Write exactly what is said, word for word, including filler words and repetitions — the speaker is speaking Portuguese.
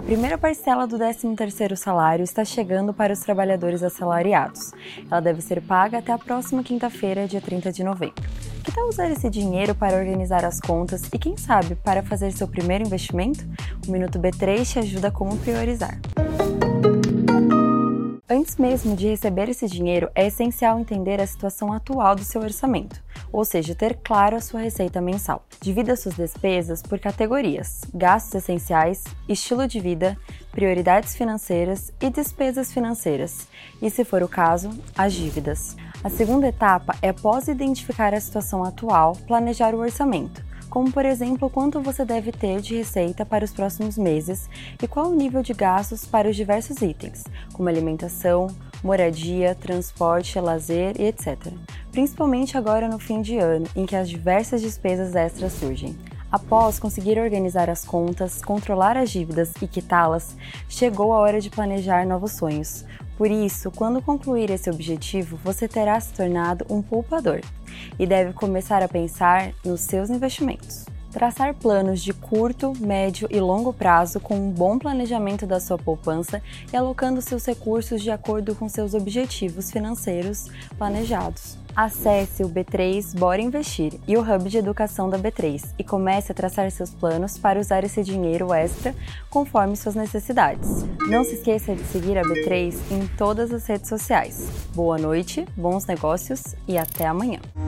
primeira parcela do décimo terceiro salário está chegando para os trabalhadores assalariados. Ela deve ser paga até a próxima quinta-feira, dia trinta de novembro. Que tal usar esse dinheiro para organizar as contas e, quem sabe, para fazer seu primeiro investimento? O Minuto B três te ajuda a como priorizar. Antes mesmo de receber esse dinheiro, é essencial entender a situação atual do seu orçamento, ou seja, ter claro a sua receita mensal. Divida suas despesas por categorias: gastos essenciais, estilo de vida, prioridades financeiras e despesas financeiras, e, se for o caso, as dívidas. A segunda etapa é, após identificar a situação atual, planejar o orçamento, como, por exemplo, quanto você deve ter de receita para os próximos meses e qual o nível de gastos para os diversos itens, como alimentação, moradia, transporte, lazer e etcétera. Principalmente agora no fim de ano, em que as diversas despesas extras surgem. Após conseguir organizar as contas, controlar as dívidas e quitá-las, chegou a hora de planejar novos sonhos. Por isso, quando concluir esse objetivo, você terá se tornado um poupador e deve começar a pensar nos seus investimentos. Traçar planos de curto, médio e longo prazo com um bom planejamento da sua poupança e alocando seus recursos de acordo com seus objetivos financeiros planejados. Acesse o B três Bora Investir e o Hub de Educação da B três e comece a traçar seus planos para usar esse dinheiro extra conforme suas necessidades. Não se esqueça de seguir a B três em todas as redes sociais. Boa noite, bons negócios e até amanhã!